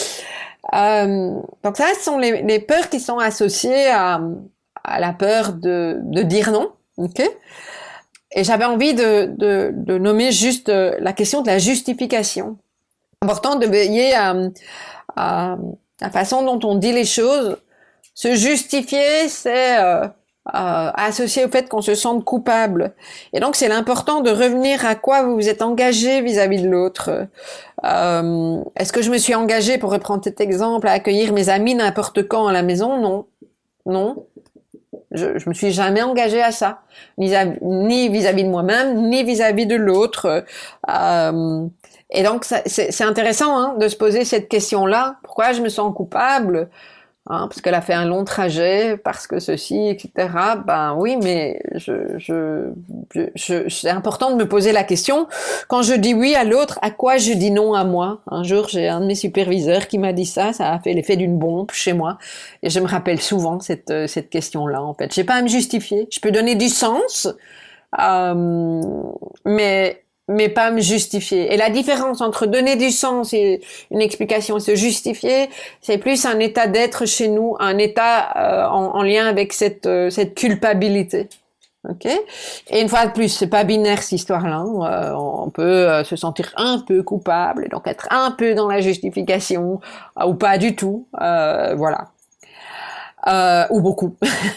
Euh, donc ça, ce sont les, les peurs qui sont associées à à la peur de, de dire non, ok. Et j'avais envie de, de, de nommer juste euh, la question de la justification. Important de veiller à, à la façon dont on dit les choses. Se justifier, c'est euh, euh, associé au fait qu'on se sente coupable. Et donc c'est l'important de revenir à quoi vous vous êtes engagé vis-à-vis de l'autre. Euh, est-ce que je me suis engagée, pour reprendre cet exemple, à accueillir mes amis n'importe quand à la maison? Non. Non. Je, je me suis jamais engagée à ça, ni, à, ni vis-à-vis de moi-même, ni vis-à-vis de l'autre. Euh, et donc, ça, c'est, c'est intéressant hein, de se poser cette question-là. Pourquoi je me sens coupable? Hein, parce qu'elle a fait un long trajet, parce que ceci, et cetera. Ben oui, mais je, je, je, je, c'est important de me poser la question. Quand je dis oui à l'autre, à quoi je dis non à moi? Un jour, j'ai un de mes superviseurs qui m'a dit ça. Ça a fait l'effet d'une bombe chez moi. Et je me rappelle souvent cette, cette question-là, en fait. J'ai pas à me justifier. Je peux donner du sens, euh, mais mais pas me justifier. Et la différence entre donner du sens et une explication et se justifier, c'est plus un état d'être chez nous, un état euh, en, en lien avec cette euh, cette culpabilité. Ok. Et une fois de plus, c'est pas binaire cette histoire-là. Hein. Euh, on peut euh, se sentir un peu coupable et donc être un peu dans la justification euh, ou pas du tout. Euh, voilà. Euh, ou beaucoup.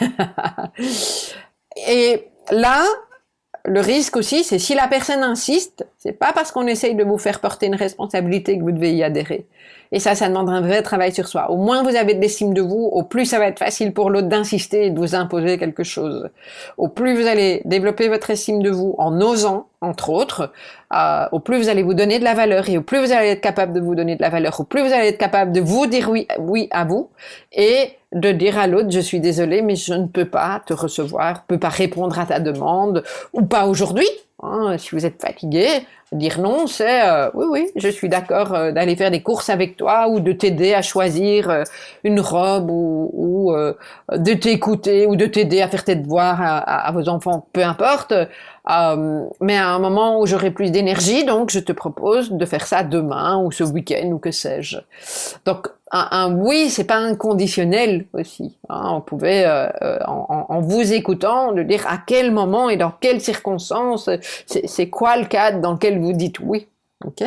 Et là, le risque aussi, c'est si la personne insiste, c'est pas parce qu'on essaye de vous faire porter une responsabilité que vous devez y adhérer. Et ça, ça demande un vrai travail sur soi. Au moins vous avez de l'estime de vous, au plus ça va être facile pour l'autre d'insister et de vous imposer quelque chose. Au plus vous allez développer votre estime de vous en osant, entre autres, euh, au plus vous allez vous donner de la valeur et au plus vous allez être capable de vous donner de la valeur, au plus vous allez être capable de vous dire oui, oui à vous et de dire à l'autre, je suis désolé, mais je ne peux pas te recevoir, je ne peux pas répondre à ta demande, ou pas aujourd'hui. Hein. Si vous êêtes fatigué, dire non, c'est euh, oui, oui, je suis d'accord euh, d'aller faire des courses avec toi ou de t'aider à choisir euh, une robe ou, ou euh, de t'écouter ou de t'aider à faire tes devoirs à, à, à vos enfants, peu importe. Euh, mais à un moment où j'aurai plus d'énergie, donc je te propose de faire ça demain ou ce week-end ou que sais-je. Donc un, un oui, c'est pas inconditionnel aussi. Hein. On pouvait, euh, en, en vous écoutant, de dire à quel moment et dans quelles circonstances, c'est, c'est quoi le cadre dans lequel vous dites oui. Ok.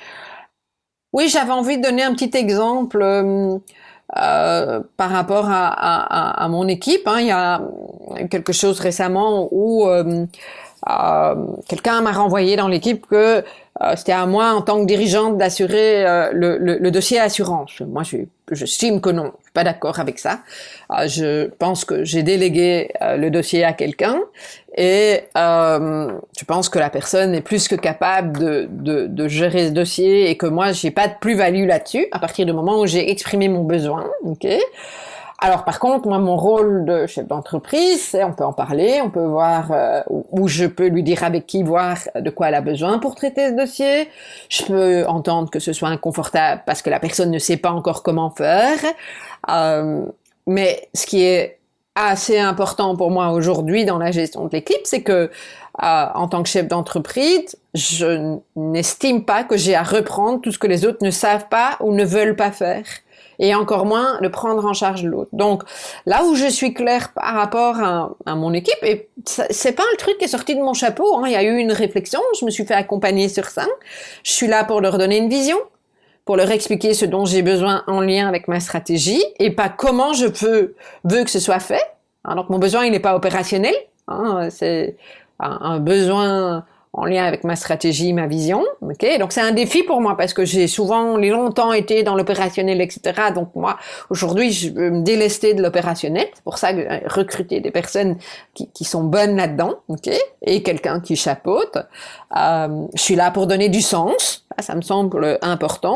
Oui, j'avais envie de donner un petit exemple. Euh, Euh, par rapport à, à, à mon équipe, hein, il y a quelque chose récemment où euh, euh, quelqu'un m'a renvoyé dans l'équipe que euh, c'était à moi en tant que dirigeante d'assurer euh, le, le, le dossier assurance. Moi, je, je estime que non, je suis pas d'accord avec ça. Euh, je pense que j'ai délégué euh, le dossier à quelqu'un et euh, je pense que la personne est plus que capable de, de, de gérer ce dossier et que moi, j'ai pas de plus-value là-dessus à partir du moment où j'ai exprimé mon besoin. Ok. Alors par contre, moi, mon rôle de chef d'entreprise, c'est on peut en parler, on peut voir euh, où je peux lui dire avec qui voir de quoi elle a besoin pour traiter ce dossier. Je peux entendre que ce soit inconfortable parce que la personne ne sait pas encore comment faire. Euh, mais ce qui est assez important pour moi aujourd'hui dans la gestion de l'équipe, c'est que euh, en tant que chef d'entreprise, je n'estime pas que j'ai à reprendre tout ce que les autres ne savent pas ou ne veulent pas faire. Et encore moins de prendre en charge l'autre. Donc, là où je suis claire par rapport à, à mon équipe, et ça, c'est pas un truc qui est sorti de mon chapeau, hein, il y a eu une réflexion, je me suis fait accompagner sur ça. Je suis là pour leur donner une vision, pour leur expliquer ce dont j'ai besoin en lien avec ma stratégie, et pas comment je peux, veux que ce soit fait. Hein, donc, mon besoin, il n'est pas opérationnel, hein, c'est un, un besoin en lien avec ma stratégie, ma vision, ok. Donc c'est un défi pour moi parce que j'ai souvent longtemps été dans l'opérationnel, et cetera. Donc moi aujourd'hui je veux me délester de l'opérationnel. C'est pour ça que euh, recruter des personnes qui, qui sont bonnes là-dedans, ok, et quelqu'un qui chapeaute. Euh, je suis là pour donner du sens, ça, ça me semble important.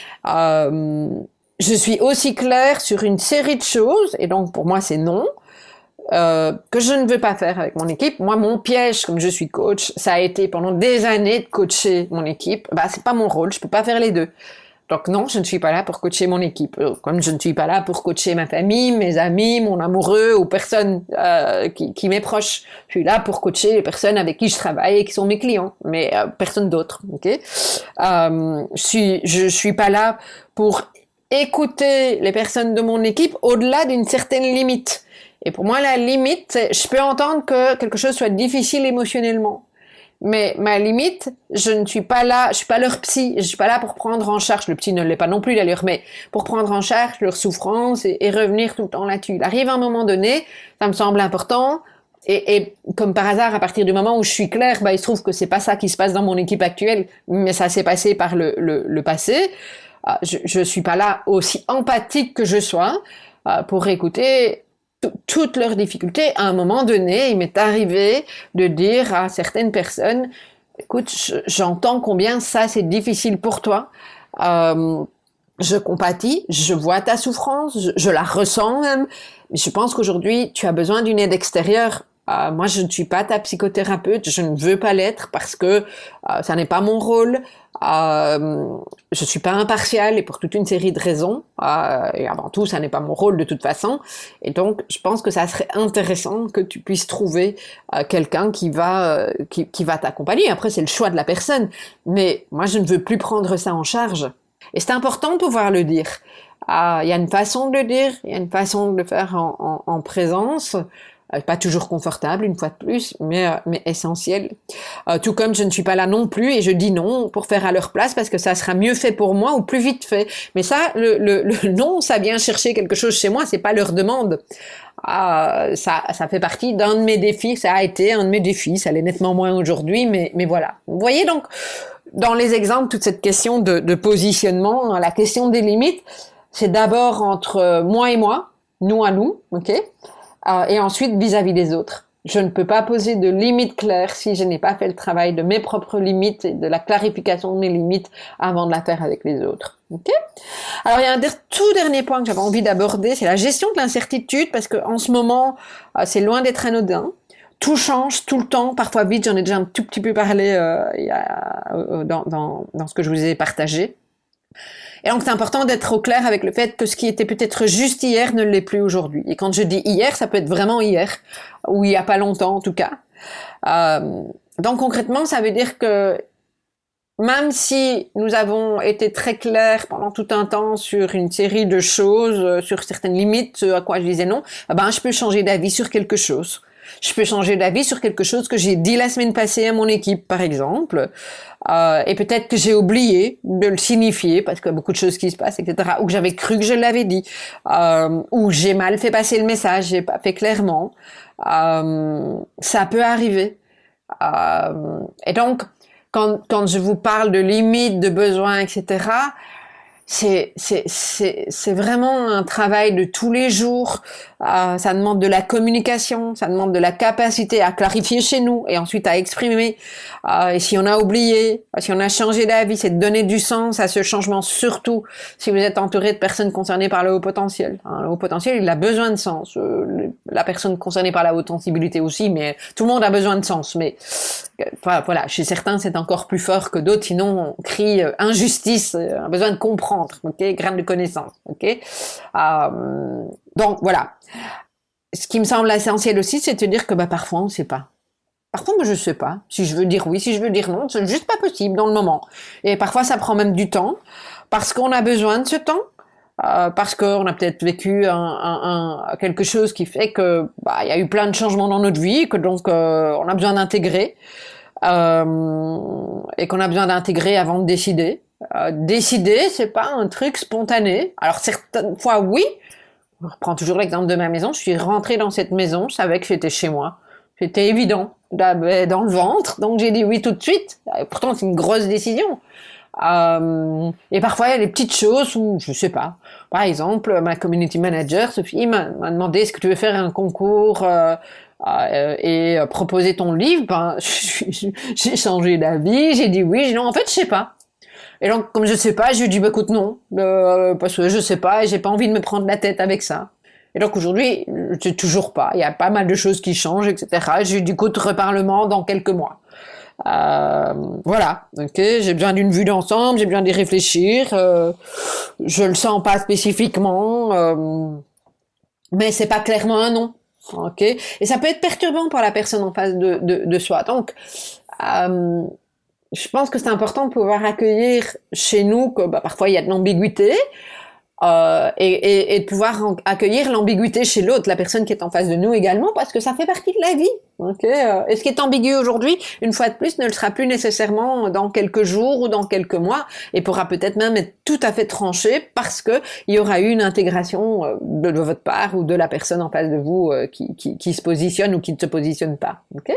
Euh, je suis aussi claire sur une série de choses et donc pour moi c'est non. Euh, que je ne veux pas faire avec mon équipe. Moi, mon piège, comme je suis coach, ça a été pendant des années de coacher mon équipe. Bah, c'est pas mon rôle, je peux pas faire les deux. Donc non, je ne suis pas là pour coacher mon équipe. Comme je ne suis pas là pour coacher ma famille, mes amis, mon amoureux ou personne euh, qui, qui m'est proche. Je suis là pour coacher les personnes avec qui je travaille et qui sont mes clients, mais euh, personne d'autre. Ok. Euh, je suis, je suis pas là pour écouter les personnes de mon équipe au-delà d'une certaine limite. Et pour moi, la limite, c'est, je peux entendre que quelque chose soit difficile émotionnellement. Mais ma limite, je ne suis pas là, je suis pas leur psy, je suis pas là pour prendre en charge, le psy ne l'est pas non plus d'ailleurs, mais pour prendre en charge leur souffrance et, et revenir tout le temps là-dessus. Il arrive un moment donné, ça me semble important, et, et comme par hasard, à partir du moment où je suis claire, bah, il se trouve que c'est pas ça qui se passe dans mon équipe actuelle, mais ça s'est passé par le, le, le passé. Je, je suis pas là aussi empathique que je sois, pour écouter toutes leurs difficultés. À un moment donné, il m'est arrivé de dire à certaines personnes, écoute, j'entends combien ça c'est difficile pour toi, euh, je compatis, je vois ta souffrance, je, je la ressens même, mais je pense qu'aujourd'hui tu as besoin d'une aide extérieure. Euh, moi, je ne suis pas ta psychothérapeute, je ne veux pas l'être parce que euh, ça n'est pas mon rôle. Euh, je suis pas impartiale et pour toute une série de raisons. Euh, et avant tout, ça n'est pas mon rôle de toute façon. Et donc, je pense que ça serait intéressant que tu puisses trouver euh, quelqu'un qui va euh, qui, qui va t'accompagner. Après, c'est le choix de la personne. Mais moi, je ne veux plus prendre ça en charge. Et c'est important de pouvoir le dire. Euh, il y a une façon de le dire, il y a une façon de le faire en, en, en présence. Pas toujours confortable, une fois de plus, mais, euh, mais essentiel. Euh, tout comme je ne suis pas là non plus et je dis non pour faire à leur place parce que ça sera mieux fait pour moi ou plus vite fait. Mais ça, le, le, le non, ça vient chercher quelque chose chez moi, c'est pas leur demande. Euh, ça, ça fait partie d'un de mes défis, ça a été un de mes défis, ça l'est nettement moins aujourd'hui, mais, mais voilà. Vous voyez donc, dans les exemples, toute cette question de, de positionnement, la question des limites, c'est d'abord entre moi et moi, nous à nous, ok? Euh, et ensuite vis-à-vis des autres. Je ne peux pas poser de limites claires si je n'ai pas fait le travail de mes propres limites et de la clarification de mes limites avant de la faire avec les autres. Ok ? Alors il y a un der- tout dernier point que j'avais envie d'aborder, c'est la gestion de l'incertitude parce que en ce moment, euh, c'est loin d'être anodin. tout change tout le temps, parfois vite. J'en ai déjà un tout petit peu parlé euh, il y a, euh, dans, dans, dans ce que je vous ai partagé. Et donc c'est important d'être au clair avec le fait que ce qui était peut-être juste hier ne l'est plus aujourd'hui. Et quand je dis hier, ça peut être vraiment hier, ou il y a pas longtemps en tout cas. Euh, donc concrètement, ça veut dire que même si nous avons été très clairs pendant tout un temps sur une série de choses, sur certaines limites, ce à quoi je disais non, eh ben je peux changer d'avis sur quelque chose. Je peux changer d'avis sur quelque chose que j'ai dit la semaine passée à mon équipe, par exemple, euh, et peut-être que j'ai oublié de le signifier parce qu'il y a beaucoup de choses qui se passent, et cetera. Ou que j'avais cru que je l'avais dit, euh, ou j'ai mal fait passer le message, j'ai pas fait clairement. Euh, ça peut arriver. Euh, et donc, quand, quand je vous parle de limites, de besoins, et cetera, c'est, c'est, c'est, c'est vraiment un travail de tous les jours. Euh, ça demande de la communication, ça demande de la capacité à clarifier chez nous et ensuite à exprimer. Euh, et si on a oublié, si on a changé d'avis, c'est de donner du sens à ce changement, surtout si vous êtes entouré de personnes concernées par le haut potentiel. Hein, le haut potentiel, il a besoin de sens. Euh, la personne concernée par la haute sensibilité aussi, mais tout le monde a besoin de sens. Mais enfin, voilà, chez certains, c'est encore plus fort que d'autres. Sinon, on crie euh, injustice, euh, un besoin de comprendre, ok, grain de connaissance, ok. Euh, donc voilà. Ce qui me semble essentiel aussi, c'est de te dire que bah parfois on ne sait pas. Parfois, moi, je sais pas si je veux dire oui, si je veux dire non, c'est juste pas possible dans le moment. Et parfois, ça prend même du temps parce qu'on a besoin de ce temps. Euh, parce qu'on a peut-être vécu un, un, un, quelque chose qui fait que bah il y a eu plein de changements dans notre vie, que donc euh, on a besoin d'intégrer euh, et qu'on a besoin d'intégrer avant de décider. Euh, décider, c'est pas un truc spontané. Alors certaines fois, oui. Je reprends toujours l'exemple de ma maison. Je suis rentrée dans cette maison, je savais que j'étais chez moi. C'était évident, dans le ventre, donc j'ai dit oui tout de suite. Et pourtant, c'est une grosse décision. Euh, et parfois, il y a des petites choses où, je sais pas. Par exemple, ma community manager, Sophie, m'a, m'a demandé est-ce que tu veux faire un concours euh, euh, et proposer ton livre. Ben, j'ai changé d'avis, j'ai dit oui, j'ai dit non. En fait, je sais pas. Et donc, comme je sais pas, je lui ai dit, bah, écoute, non, euh, parce que je sais pas et j'ai pas envie de me prendre la tête avec ça. Et donc, aujourd'hui, je sais toujours pas. Il y a pas mal de choses qui changent, et cetera. Je lui ai dit, écoute, reparlement dans quelques mois. Euh, voilà. Ok. J'ai besoin d'une vue d'ensemble, j'ai besoin d'y réfléchir. Euh, je le sens pas spécifiquement, euh, mais c'est pas clairement un non. Ok. Et ça peut être perturbant pour la personne en face de, de, de soi. Donc, euh, je pense que c'est important de pouvoir accueillir chez nous que bah, parfois il y a de l'ambiguïté euh, et, et, et de pouvoir en, accueillir l'ambiguïté chez l'autre, la personne qui est en face de nous également, parce que ça fait partie de la vie. Okay, euh, et ce qui est ambigu aujourd'hui, une fois de plus, ne le sera plus nécessairement dans quelques jours ou dans quelques mois, et pourra peut-être même être tout à fait tranché parce que il y aura eu une intégration euh, de, de votre part ou de la personne en face de vous euh, qui, qui, qui se positionne ou qui ne se positionne pas. Okay,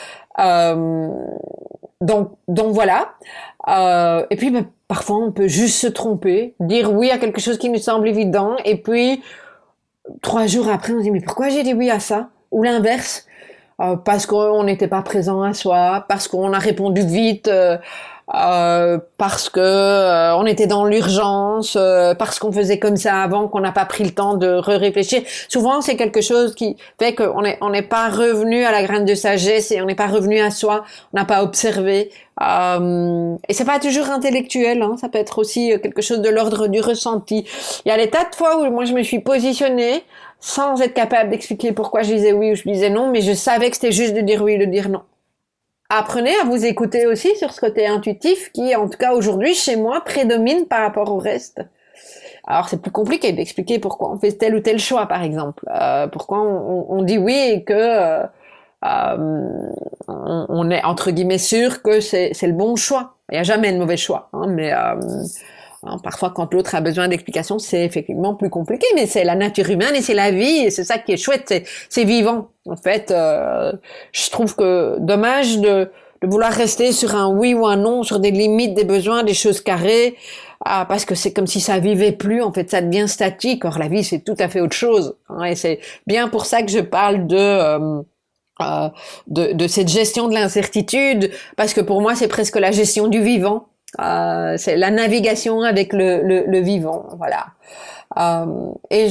euh, Donc, donc voilà. Euh, et puis, ben, parfois, on peut juste se tromper, dire oui à quelque chose qui nous semble évident, et puis trois jours après, on se dit mais pourquoi j'ai dit oui à ça? Ou l'inverse, euh, parce qu'on n'était pas présent à soi, parce qu'on a répondu vite, euh, euh, parce que euh, on était dans l'urgence, euh, parce qu'on faisait comme ça avant, qu'on n'a pas pris le temps de réfléchir. Souvent, c'est quelque chose qui fait qu'on n'est on n'est pas revenu à la graine de sagesse et on n'est pas revenu à soi, on n'a pas observé. Euh, et c'est pas toujours intellectuel, hein, ça peut être aussi quelque chose de l'ordre du ressenti. Il y a des tas de fois où moi je me suis positionnée sans être capable d'expliquer pourquoi je disais oui ou je disais non, mais je savais que c'était juste de dire oui ou de dire non. Apprenez à vous écouter aussi sur ce côté intuitif qui, en tout cas aujourd'hui, chez moi, prédomine par rapport au reste. Alors, c'est plus compliqué d'expliquer pourquoi on fait tel ou tel choix, par exemple. Euh, pourquoi on, on dit oui et que euh, euh, on, on est, entre guillemets, sûr que c'est, c'est le bon choix. Il n'y a jamais de mauvais choix, hein, mais... Euh, hein, parfois, quand l'autre a besoin d'explications, c'est effectivement plus compliqué, mais c'est la nature humaine et c'est la vie, et c'est ça qui est chouette, c'est, c'est vivant. En fait, euh, je trouve que dommage de, de vouloir rester sur un oui ou un non, sur des limites, des besoins, des choses carrées, ah, parce que c'est comme si ça vivait plus, en fait, ça devient statique. Or, la vie, c'est tout à fait autre chose. Hein, et c'est bien pour ça que je parle de... Euh, euh, de, de cette gestion de l'incertitude, parce que pour moi, c'est presque la gestion du vivant. Euh, c'est la navigation avec le, le, le vivant, voilà. Euh, et je,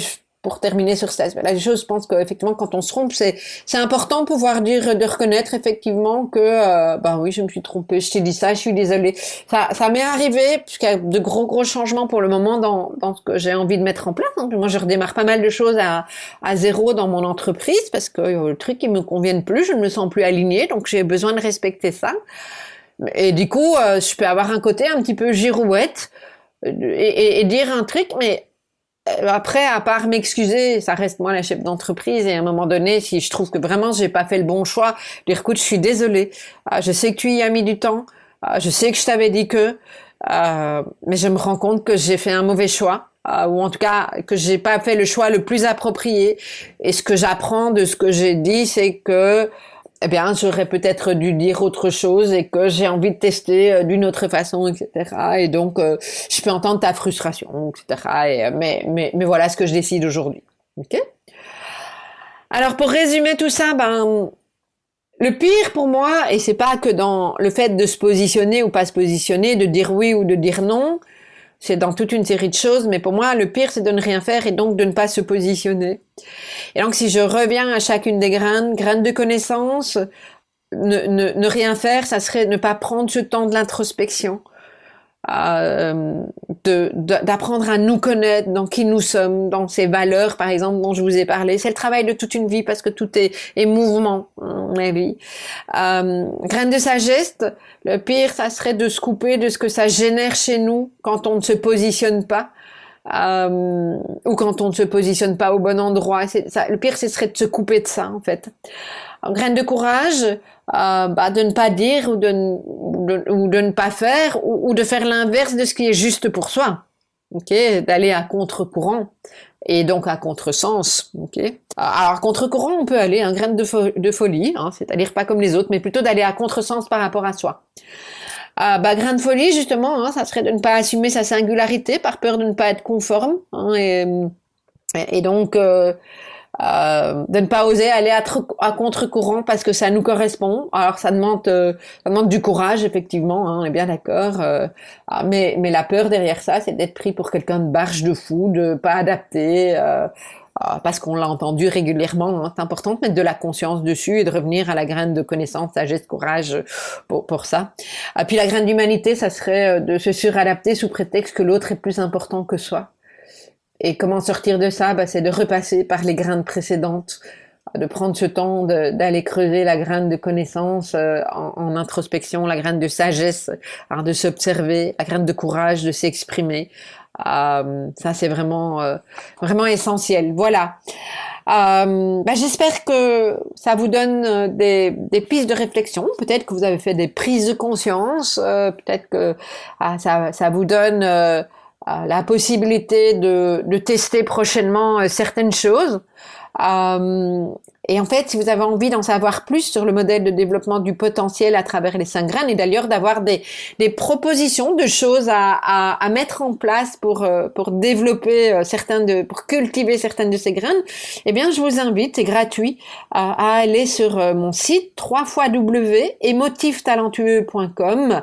pour terminer sur cet aspect-là, je pense qu'effectivement, quand on se trompe, c'est, c'est important de pouvoir dire, de reconnaître effectivement que, euh, ben oui, je me suis trompée, je t'ai dit ça, je suis désolée. Ça, ça m'est arrivé, puisqu'il y a de gros, gros changements pour le moment dans, dans ce que j'ai envie de mettre en place. Hein. Moi, je redémarre pas mal de choses à, à zéro dans mon entreprise parce que euh, le truc, il me convienne plus, je ne me sens plus alignée, donc j'ai besoin de respecter ça. Et du coup, euh, je peux avoir un côté un petit peu girouette et, et, et dire un truc, mais après, à part m'excuser, ça reste moi la chef d'entreprise, et à un moment donné, si je trouve que vraiment j'ai pas fait le bon choix, dire écoute, je suis désolée, euh, je sais que tu y as mis du temps, euh, je sais que je t'avais dit que, euh, mais je me rends compte que j'ai fait un mauvais choix, euh, ou en tout cas que j'ai pas fait le choix le plus approprié. Et ce que j'apprends de ce que j'ai dit, c'est que eh bien, j'aurais peut-être dû dire autre chose et que j'ai envie de tester euh, d'une autre façon, et cetera. Et donc, euh, je peux entendre ta frustration, et cetera. Et, euh, mais, mais, mais voilà ce que je décide aujourd'hui. Ok ? Alors, pour résumer tout ça, ben, le pire pour moi, et c'est pas que dans le fait de se positionner ou pas se positionner, de dire oui ou de dire non, c'est dans toute une série de choses, mais pour moi, le pire, c'est de ne rien faire et donc de ne pas se positionner. Et donc, si je reviens à chacune des graines, graines de connaissances, ne, ne, ne rien faire, ça serait ne pas prendre ce temps de l'introspection, euh, de, de, d'apprendre à nous connaître, dans qui nous sommes, dans ces valeurs, par exemple, dont je vous ai parlé. C'est le travail de toute une vie parce que tout est, est mouvement, dans la vie. Euh, graines de sagesse, le pire, ça serait de se couper de ce que ça génère chez nous quand on ne se positionne pas. Euh, ou quand on ne se positionne pas au bon endroit. C'est, ça, le pire, ce serait de se couper de ça, en fait. En graine de courage, euh, bah, de ne pas dire ou de, de, ou de ne pas faire ou, ou de faire l'inverse de ce qui est juste pour soi. Ok, d'aller à contre-courant et donc à contresens. Ok. Alors, à contre-courant, on peut aller, hein, graine de, fo- de folie, hein, c'est-à-dire pas comme les autres, mais plutôt d'aller à contresens par rapport à soi. Euh, bah, grain de folie, justement, hein, ça serait de ne pas assumer sa singularité par peur de ne pas être conforme, hein, et, et donc euh, euh, de ne pas oser aller à, tr- à contre-courant parce que ça nous correspond. Alors ça demande, euh, ça demande du courage, effectivement, hein, on est bien d'accord, euh, mais, mais la peur derrière ça, c'est d'être pris pour quelqu'un de barge de fou, de pas adapté, euh, parce qu'on l'a entendu régulièrement, hein. C'est important de mettre de la conscience dessus et de revenir à la graine de connaissance, sagesse, courage pour, pour ça. Et puis la graine d'humanité, ça serait de se suradapter sous prétexte que l'autre est plus important que soi. Et comment sortir de ça? Bah, c'est de repasser par les graines précédentes, de prendre ce temps de, d'aller creuser la graine de connaissance euh, en, en introspection, la graine de sagesse, hein, de s'observer, la graine de courage, de s'exprimer. Euh, ça c'est vraiment euh, vraiment essentiel. Voilà. Euh, bah, j'espère que ça vous donne des, des pistes de réflexion. Peut-être que vous avez fait des prises de conscience. Euh, peut-être que ah, ça, ça vous donne euh, la possibilité de, de tester prochainement euh, certaines choses. Euh, et en fait, si vous avez envie d'en savoir plus sur le modèle de développement du potentiel à travers les cinq graines et d'ailleurs d'avoir des, des propositions de choses à, à, à mettre en place pour, pour développer certaines de, pour cultiver certaines de ces graines, eh bien, je vous invite, c'est gratuit, à, à aller sur mon site w w w point émotif talentueux point com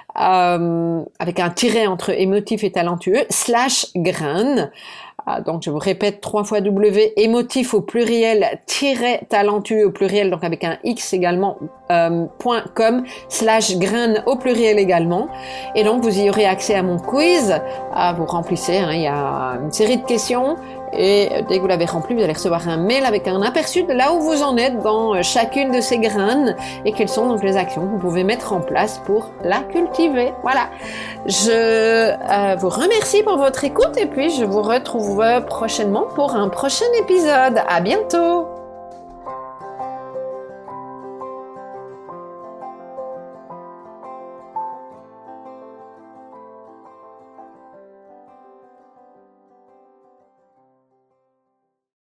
euh, avec un tiret entre émotif et talentueux slash graines. Ah, donc je vous répète trois fois W émotif au pluriel tiret talentueux au pluriel donc avec un X également euh, .com slash graines au pluriel également et donc vous y aurez accès à mon quiz. Ah, vous remplissez, hein, il y a une série de questions et dès que vous l'avez rempli vous allez recevoir un mail avec un aperçu de là où vous en êtes dans chacune de ces graines et quelles sont donc les actions que vous pouvez mettre en place pour la cultiver. Voilà, je euh, vous remercie pour votre écoute et puis je vous retrouve prochainement pour un prochain épisode. À bientôt!